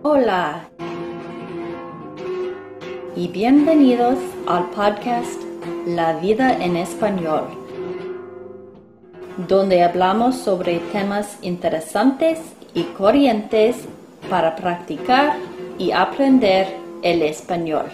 Hola y bienvenidos al podcast La Vida en Español, donde hablamos sobre temas interesantes y corrientes para practicar y aprender el español.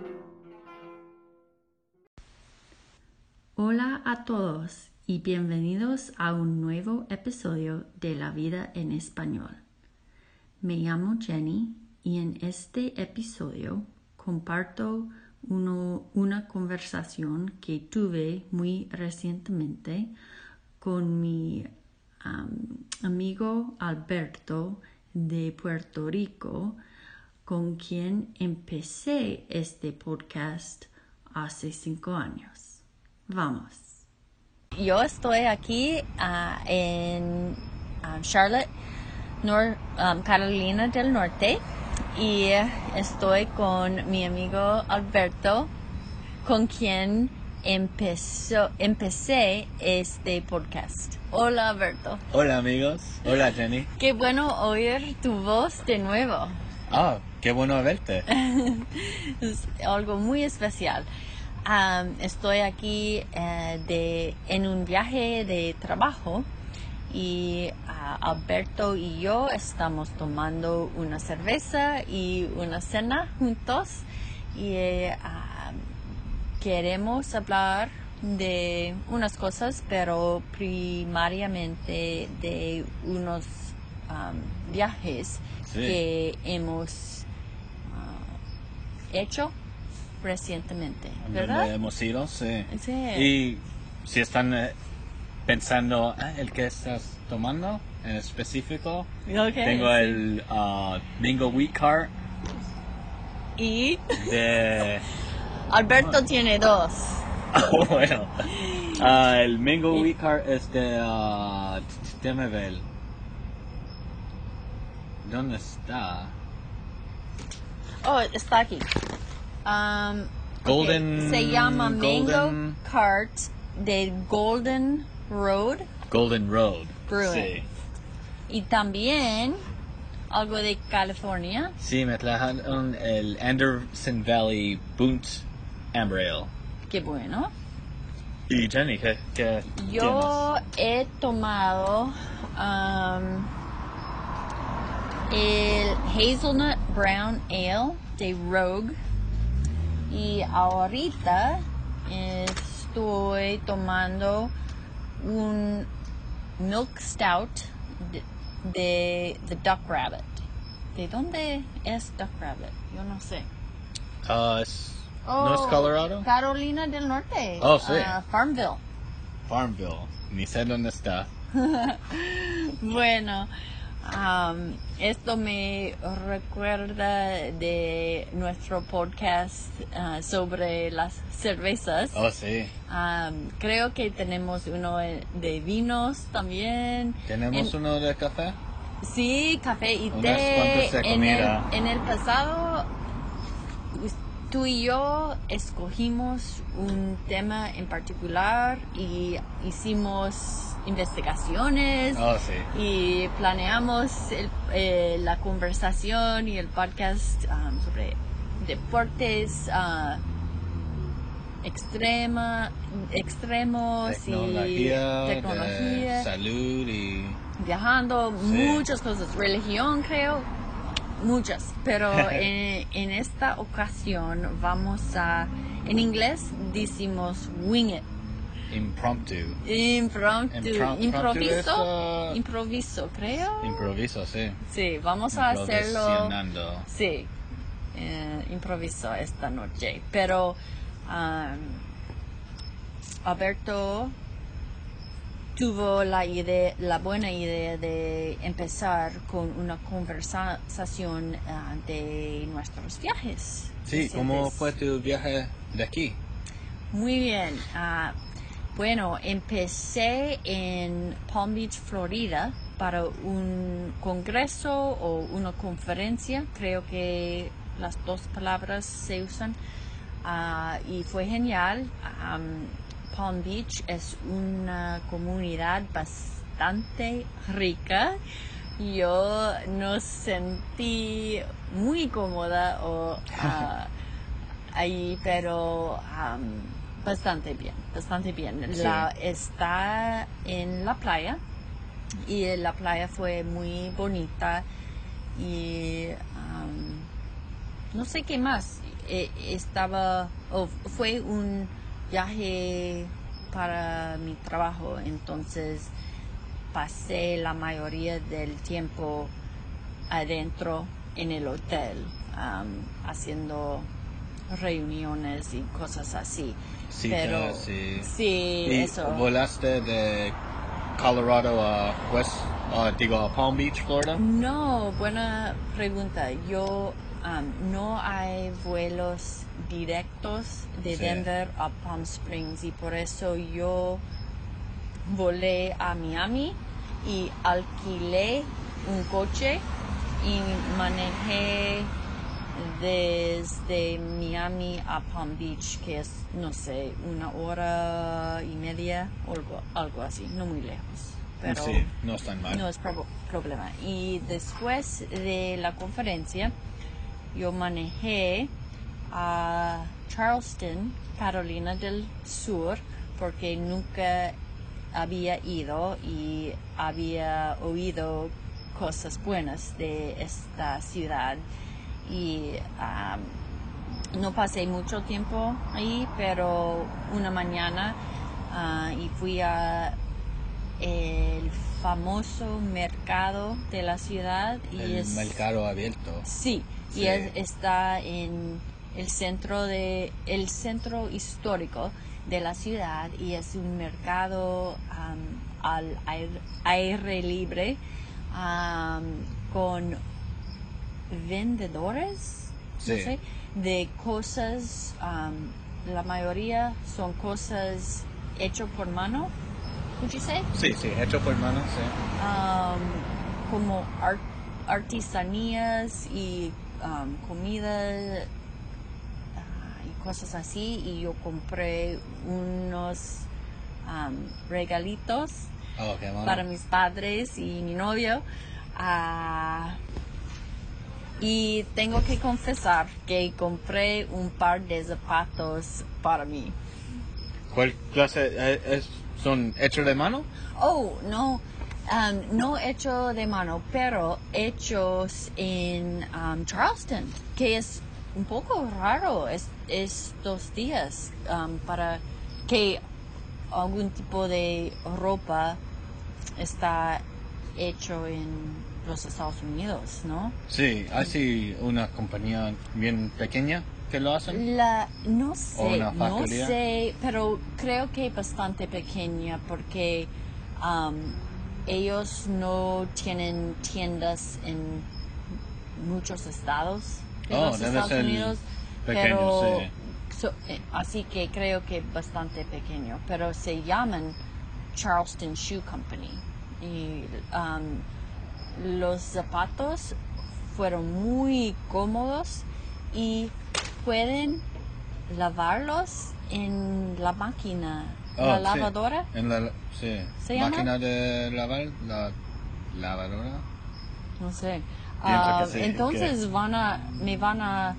Hola a todos y bienvenidos a un nuevo episodio de La Vida en Español. Me llamo Jenny y en este episodio comparto una conversación que tuve muy recientemente con mi amigo Alberto de Puerto Rico, con quien empecé este podcast hace 5 años. Vamos. Yo estoy aquí en Charlotte, Carolina del Norte, y estoy con mi amigo Alberto, con quien empecé este podcast. Hola, Alberto. Hola, amigos. Hola, Jenny. Qué bueno oír tu voz de nuevo. Qué bueno verte. Es algo muy especial. Estoy aquí en un viaje de trabajo y Alberto y yo estamos tomando una cerveza y una cena juntos y queremos hablar de unas cosas, pero primariamente de unos viajes que hemos hecho recientemente, ¿verdad? Donde hemos ido, sí. Sí. Y si están pensando, ¿el que estás tomando en específico? Okay, Tengo sí. el Mingo Wheat Cart Y de... Alberto tiene dos. Bueno, el Mingo Wheat Cart es de... déjame ver. ¿Dónde está? Oh, está aquí. Golden... Se llama Mango Golden... Cart de Golden Road Golden Road. Brewing. Sí. Y también algo de California. Sí, me trajeron el Anderson Valley Bunt Amber Ale. Qué bueno. Y Jenny, ¿qué Yo he tomado el Hazelnut Brown Ale de Rogue. Y ahorita estoy tomando un Milk Stout de The Duck Rabbit. ¿De dónde es Duck Rabbit? Yo no sé. ¿No es Colorado? Carolina del Norte. Oh, sí. Farmville. Farmville. Ni sé dónde está. Bueno, esto me recuerda de nuestro podcast sobre las cervezas. Oh, sí. Creo que tenemos uno de vinos también. ¿Tenemos uno de café? Sí, café y Unas té. cuantas de comida. En el pasado, tú y yo escogimos un tema en particular y hicimos investigaciones. Oh, sí. Y planeamos la conversación y el podcast sobre deportes extremos y tecnología, salud y... viajando, Sí. muchas cosas, religión creo, muchas, pero en esta ocasión vamos a, en inglés decimos wing it. Improviso, creo. Improviso, sí. Sí, vamos a hacerlo. Improvisionando. Sí, improviso esta noche. Pero Alberto tuvo la buena idea de empezar con una conversación de nuestros viajes. Sí, ¿cómo fue tu viaje de aquí? Muy bien. Bueno, empecé en Palm Beach, Florida, para un congreso o una conferencia. Creo que las dos palabras se usan. Y fue genial. Palm Beach es una comunidad bastante rica. yo no sentí muy cómoda ahí, pero bastante bien, bastante bien. Sí. Está en la playa y la playa fue muy bonita y no sé qué más. Fue un viaje para mi trabajo, entonces pasé la mayoría del tiempo adentro en el hotel, haciendo reuniones y cosas así. Citas, Pero sí. sí, ¿Y eso. volaste de Colorado a a Palm Beach, Florida? No, buena pregunta. Yo no hay vuelos directos de Sí. Denver a Palm Springs y por eso yo volé a Miami y alquilé un coche y manejé desde Miami a Palm Beach, que es, no sé, 1 hora y media o algo así, no muy lejos. Pero Sí, no es tan mal. no es problema. Y después de la conferencia, yo manejé a Charleston, Carolina del Sur, porque nunca había ido y había oído cosas buenas de esta ciudad. Y no pasé mucho tiempo ahí, pero una mañana y fui a el famoso mercado de la ciudad y El mercado abierto. sí, Sí. y está en el centro histórico de la ciudad y es un mercado al aire libre con vendedores, Sí. no sé, de cosas, la mayoría son cosas hechas por mano, would you say? Sí, hecho por mano, sí. Como artesanías y comida y cosas así, y yo compré unos regalitos Oh, qué bueno. para mis padres y mi novio. Y tengo que confesar que compré un par de zapatos para mí. ¿Cuál clase son hechos de mano? Oh, no, no hecho de mano, pero hechos en Charleston, que es un poco raro estos días para que algún tipo de ropa está hecho en los Estados Unidos, ¿no? Sí, hay una compañía bien pequeña que lo hacen. No ¿O una no factoría? sé, pero creo que bastante pequeña porque ellos no tienen tiendas en muchos estados de los Debe Estados ser Unidos, pequeño, pero sí. así que creo que bastante pequeño, pero se llaman Charleston Shoe Company y los zapatos fueron muy cómodos y pueden lavarlos en la máquina, la Sí. lavadora. Sí. ¿Se llama? Máquina de lavar, la lavadora. No sé. Pienso que sí, Entonces me van a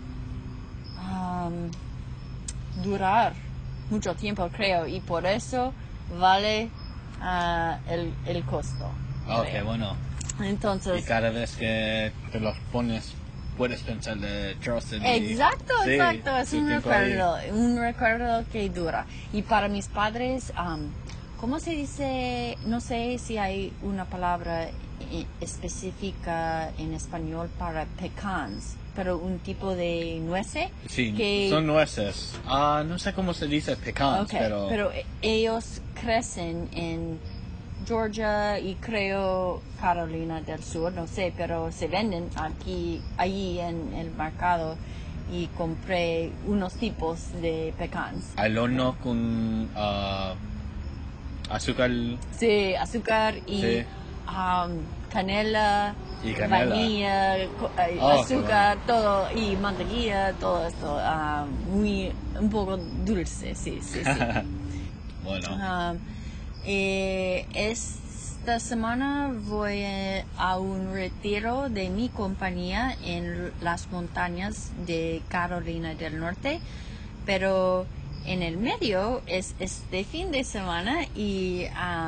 durar mucho tiempo, creo, y por eso vale el costo. Oh, creo. qué bueno. Entonces, Y cada vez que te los pones, puedes pensar de Charleston. exacto, Sí, exacto, es su un tiempo ahí. recuerdo que dura. Y para mis padres, ¿cómo se dice? No sé si hay una palabra específica en español para pecans, pero un tipo de nuece. Sí, que, son nueces. No sé cómo se dice pecans, okay, pero ellos crecen en Georgia y creo Carolina del Sur, no sé, pero se venden allí en el mercado y compré unos tipos de pecans. al horno con azúcar. Sí, azúcar y Sí. Canela, Y canela. vainilla, azúcar, todo, y mantequilla, todo esto, un poco dulce, sí. Bueno. esta semana voy a un retiro de mi compañía en las montañas de Carolina del Norte, pero en el medio es este fin de semana y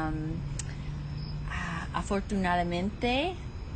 afortunadamente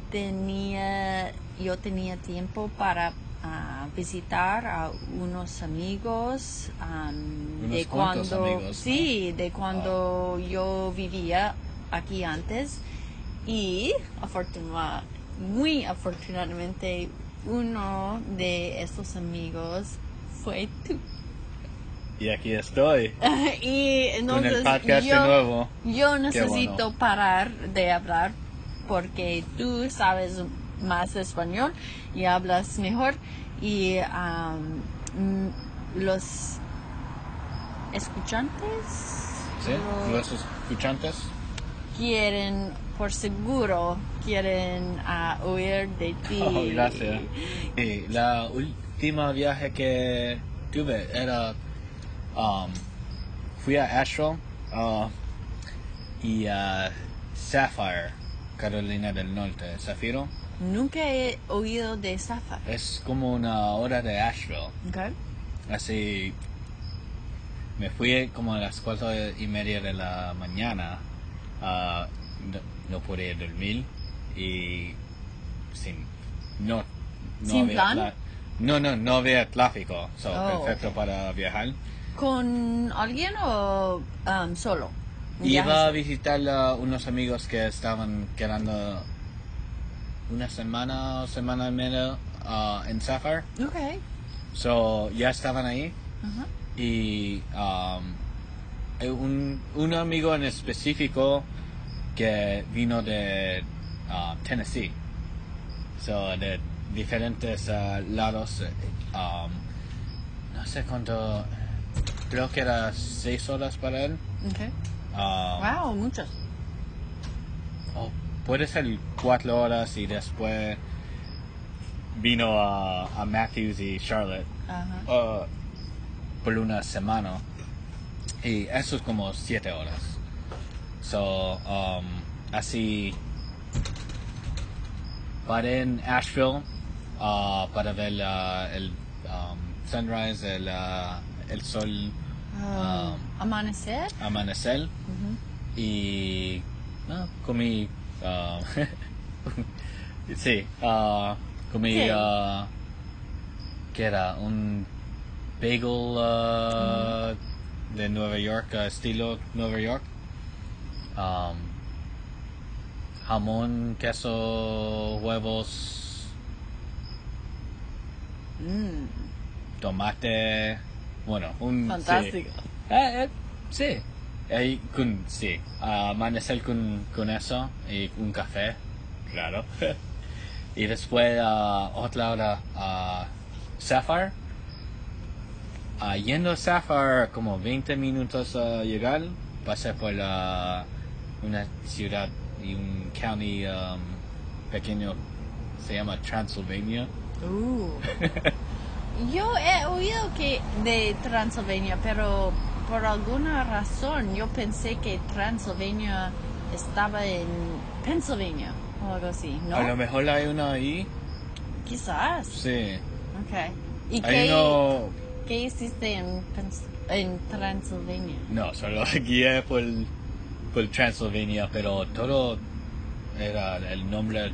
yo tenía tiempo para visitar a unos amigos Unos cuantos amigos, ¿no? sí, de cuando yo vivía aquí antes, y muy afortunadamente uno de estos amigos fue tú. Y aquí estoy. Y entonces Con el podcast de nuevo. yo necesito Qué bueno. parar de hablar porque tú sabes más español y hablas mejor, y los escuchantes ¿Sí? Los escuchantes. por seguro quieren oír de ti. Oh, gracias. Y la última viaje que tuve era fui a Asheville y a Sapphire, Carolina del Norte. Zafiro Nunca he oído de Sapphire. es como una hora de Asheville. Okay. Así me fui como a las 4:30 de la mañana. No pude dormir y no ¿Sin había plan? no había tráfico, perfecto okay. para viajar. ¿Con alguien o solo? Iba a visitar a unos amigos que estaban quedando una semana y media en Sapphire. Okay. So ya estaban ahí. Ajá. Y un amigo en específico que vino de Tennessee, de diferentes lados. No sé cuánto, creo que era 6 horas para él. Okay. Wow, muchos. O puede ser 4 horas, y después vino a Matthews y Charlotte Ajá. por una semana, y eso es como 7 horas. Así paré en Asheville para ver el sunrise, el sol Amanecer. amanecer, y comí sí, comí ¿Qué? ¿qué era? Un bagel de Nueva York, estilo Nueva York. Jamón, queso, huevos, tomate. Bueno, Fantástico. Sí. Sí. Amanecer con eso y un café, claro. Y después otra hora a Sapphire. Yendo a Sapphire como 20 minutos a llegar, pasé por una ciudad y un county pequeño, se llama Transylvania. Yo he oído de Transilvania, pero por alguna razón yo pensé que Transilvania estaba en Pennsylvania o algo así, ¿no? A lo mejor hay uno ahí. Quizás. Sí. Okay. ¿Y Hay uno. qué hiciste en Transilvania? No, solo guié por Transylvania, pero todo era el nombre.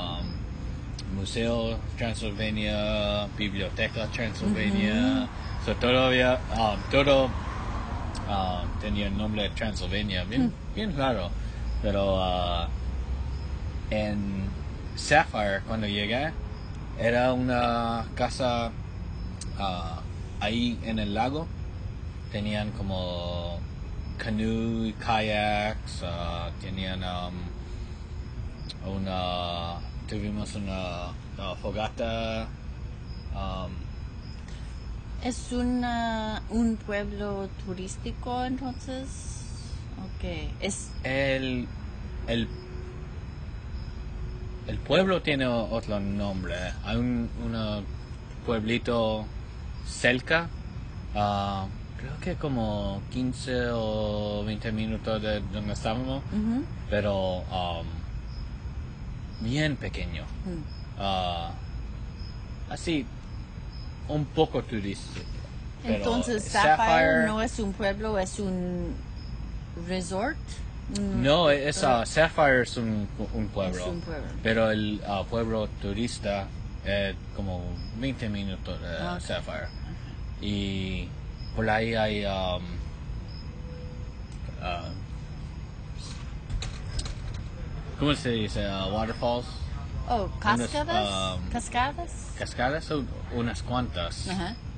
Museo Transylvania, Biblioteca Transylvania. Todo tenía el nombre de Transylvania, bien raro. Pero en Sapphire, cuando llegué, era una casa ahí en el lago. Tenían como canoe, kayaks, tenían tuvimos una fogata. ¿Es un pueblo turístico entonces? Okay. El pueblo tiene otro nombre. Hay un pueblito cerca, creo que como 15 o 20 minutos de donde estábamos, pero bien pequeño. Así, un poco turístico. Entonces, Sapphire no es un pueblo, es un resort. No, Sapphire es un pueblo. Es un pueblo. Pero el pueblo turista es como 20 minutos de Sapphire. Y por ahí hay ¿cómo se dice? Waterfalls. Oh, cascadas. Cascadas son unas cuantas.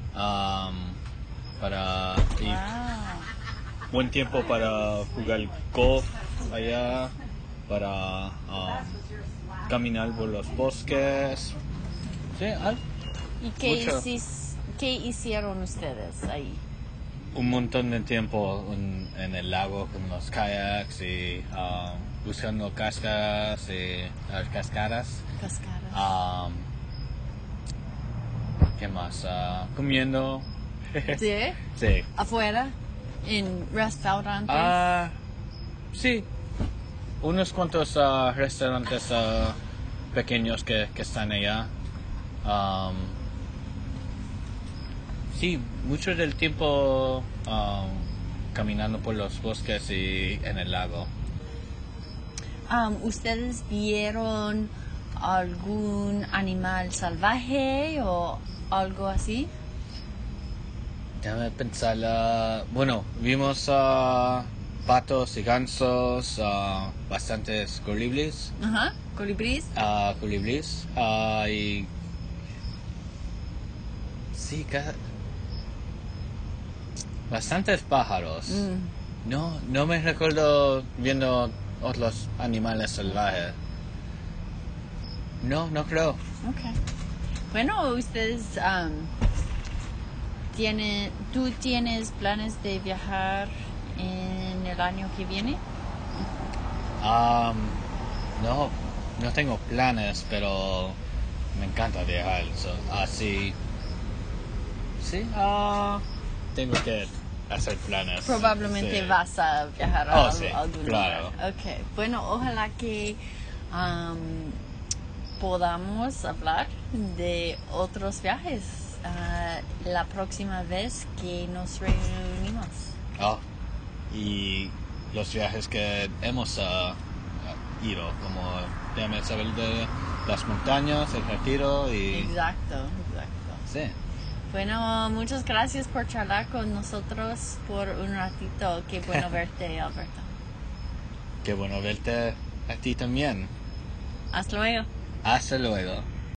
Para buen tiempo para jugar golf allá, para caminar por los bosques. Sí, ¿Y qué hicieron ustedes ahí? Un montón de tiempo en el lago con los kayaks y buscando cascadas y cascadas. ¿Qué más? Comiendo. ¿Sí? Sí. ¿Afuera? ¿En restaurantes? Sí. Unos cuantos restaurantes pequeños que están allá. Sí, mucho del tiempo caminando por los bosques y en el lago. ¿Ustedes vieron algún animal salvaje o algo así? Déjame pensar. Bueno, vimos patos y gansos, bastantes colibríes. ¿Colibríes? Colibríes. Y sí, bastantes pájaros. No me recuerdo viendo otros animales salvajes. No creo. Okay. Bueno, ustedes ¿tú tienes planes de viajar en el año que viene? No tengo planes, pero me encanta viajar. Así, sí, tengo que hacer planes. Probablemente sí. Vas a viajar a sí, algún claro. lugar. Okay. Bueno, ojalá que podamos hablar de otros viajes la próxima vez que nos reunimos. Y los viajes que hemos ido, como déjame saber de las montañas, el retiro y... Exacto. Sí. Bueno, muchas gracias por charlar con nosotros por un ratito. Qué bueno verte, Alberto. Qué bueno verte a ti también. Hasta luego. Hasta luego.